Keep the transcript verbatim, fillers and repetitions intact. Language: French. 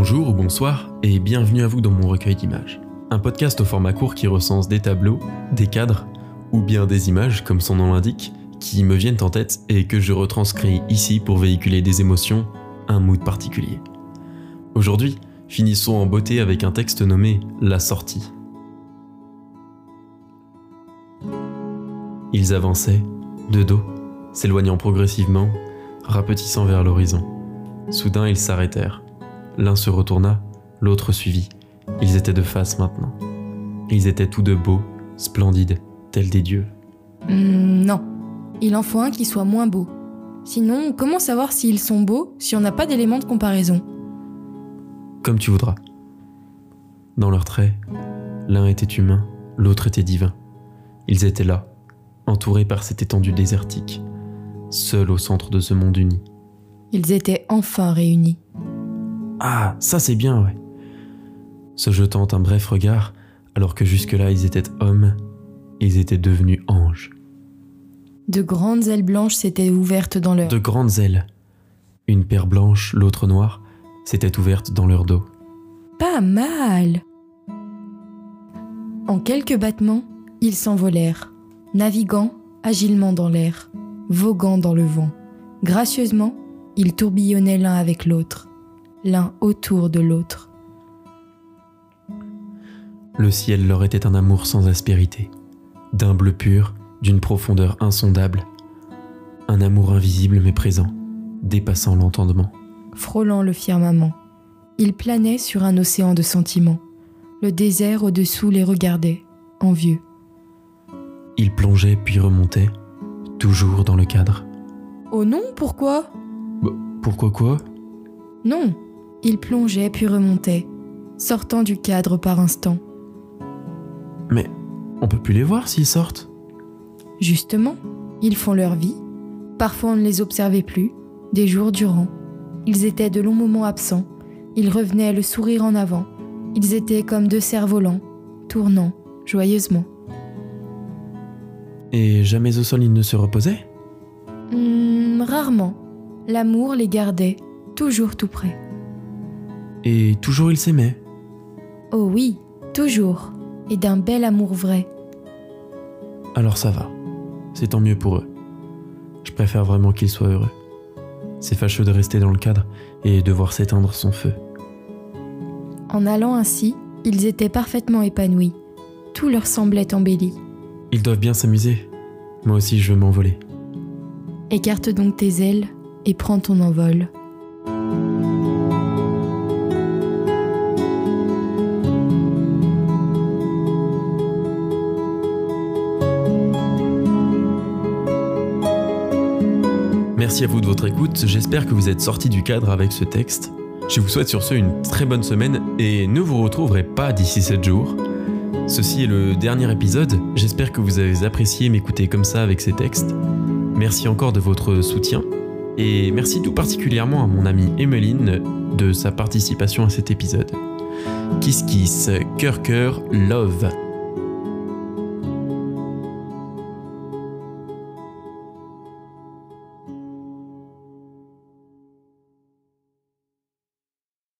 Bonjour ou bonsoir et bienvenue à vous dans mon recueil d'images. Un podcast au format court qui recense des tableaux, des cadres ou bien des images, comme son nom l'indique, qui me viennent en tête et que je retranscris ici pour véhiculer des émotions, un mood particulier. Aujourd'hui, finissons en beauté avec un texte nommé « La sortie ». Ils avançaient, de dos, s'éloignant progressivement, rapetissant vers l'horizon. Soudain, ils s'arrêtèrent. L'un se retourna, l'autre suivit. Ils étaient de face maintenant. Ils étaient tous deux beaux, splendides, tels des dieux. Mmh, non, il en faut un qui soit moins beau. Sinon, comment savoir s'ils sont beaux si on n'a pas d'éléments de comparaison ? Comme tu voudras. Dans leurs traits, l'un était humain, l'autre était divin. Ils étaient là, entourés par cette étendue désertique, seuls au centre de ce monde uni. Ils étaient enfin réunis. Ah, ça c'est bien, ouais. Se jetant un bref regard, alors que jusque-là ils étaient hommes, ils étaient devenus anges. De grandes ailes blanches s'étaient ouvertes dans leur... De grandes ailes. Une paire blanche, l'autre noire, s'étaient ouvertes dans leur dos. Pas mal. En quelques battements, ils s'envolèrent, naviguant agilement dans l'air, voguant dans le vent. Gracieusement, ils tourbillonnaient l'un avec l'autre, l'un autour de l'autre. Le ciel leur était un amour sans aspérité, d'un bleu pur, d'une profondeur insondable, un amour invisible mais présent, dépassant l'entendement. Frôlant le firmament, ils planaient sur un océan de sentiments. Le désert au-dessous les regardait, envieux. Ils plongeaient puis remontaient, toujours dans le cadre. Oh non, pourquoi ? Bah, pourquoi quoi ? Non, ils plongeaient puis remontaient, sortant du cadre par instants. Mais on peut plus les voir s'ils sortent. Justement, ils font leur vie. Parfois on ne les observait plus, des jours durant. Ils étaient de longs moments absents. Ils revenaient le sourire en avant. Ils étaient comme deux cerfs-volants, tournant joyeusement. Et jamais au sol ils ne se reposaient ? Hum, rarement. L'amour les gardait, toujours tout près. Et toujours ils s'aimaient ? Oh oui, toujours. Et d'un bel amour vrai. Alors ça va. C'est tant mieux pour eux. Je préfère vraiment qu'ils soient heureux. C'est fâcheux de rester dans le cadre et de voir s'éteindre son feu. En allant ainsi, ils étaient parfaitement épanouis. Tout leur semblait embelli. Ils doivent bien s'amuser. Moi aussi je veux m'envoler. Écarte donc tes ailes et prends ton envol. Merci à vous de votre écoute, j'espère que vous êtes sortis du cadre avec ce texte. Je vous souhaite sur ce une très bonne semaine et ne vous retrouverai pas d'ici sept jours. Ceci est le dernier épisode, j'espère que vous avez apprécié m'écouter comme ça avec ces textes. Merci encore de votre soutien et merci tout particulièrement à mon amie Emeline de sa participation à cet épisode. Kiss kiss, cœur cœur, love.